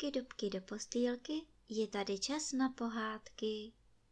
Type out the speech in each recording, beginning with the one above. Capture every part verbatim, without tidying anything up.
dubky, dubky do postýlky, je tady čas na pohádky.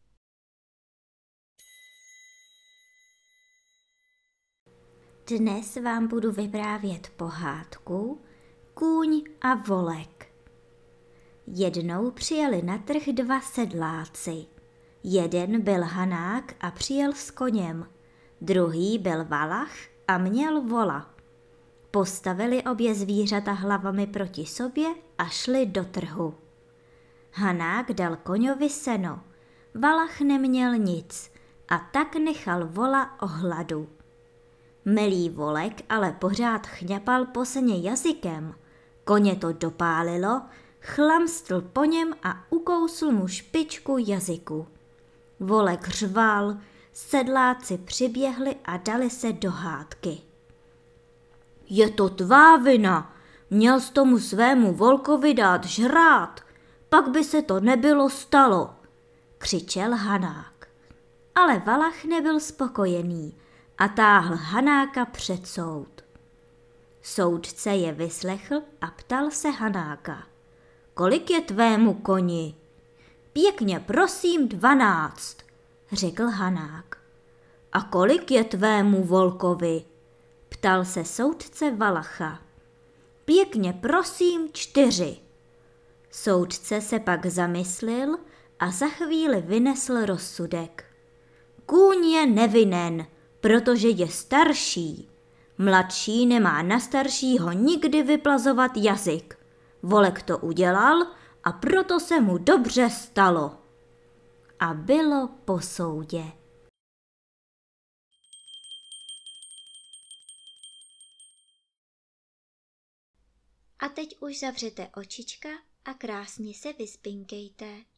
Dnes vám budu vyprávět pohádku Kůň a volek. Jednou přijeli na trh dva sedláci. Jeden byl hanák a přijel s koněm, druhý byl valach a měl vola. Postavili obě zvířata hlavami proti sobě a šli do trhu. Hanák dal koňovi seno, valach neměl nic a tak nechal vola o hladu. Milý volek ale pořád chňapal po seně jazykem. Koně to dopálilo, chlamstl po něm a ukousl mu špičku jazyku. Volek řval, sedláci přiběhli a dali se do hádky. Je to tvá vina, měl jsi tomu svému volkovi dát žrát, pak by se to nebylo stalo, křičel hanák. Ale valach nebyl spokojený a táhl hanáka před soud. Soudce je vyslechl a ptal se hanáka. Kolik je tvému koni? Pěkně prosím dvanáct, řekl hanák. A kolik je tvému volkovi? Ptal se soudce valacha. Pěkně prosím čtyři. Soudce se pak zamyslil a za chvíli vynesl rozsudek. Kůň je nevinen, protože je starší. Mladší nemá na staršího nikdy vyplazovat jazyk. Volek to udělal a proto se mu dobře stalo. A bylo po soudě. A teď už zavřete očička a krásně se vyspinkejte.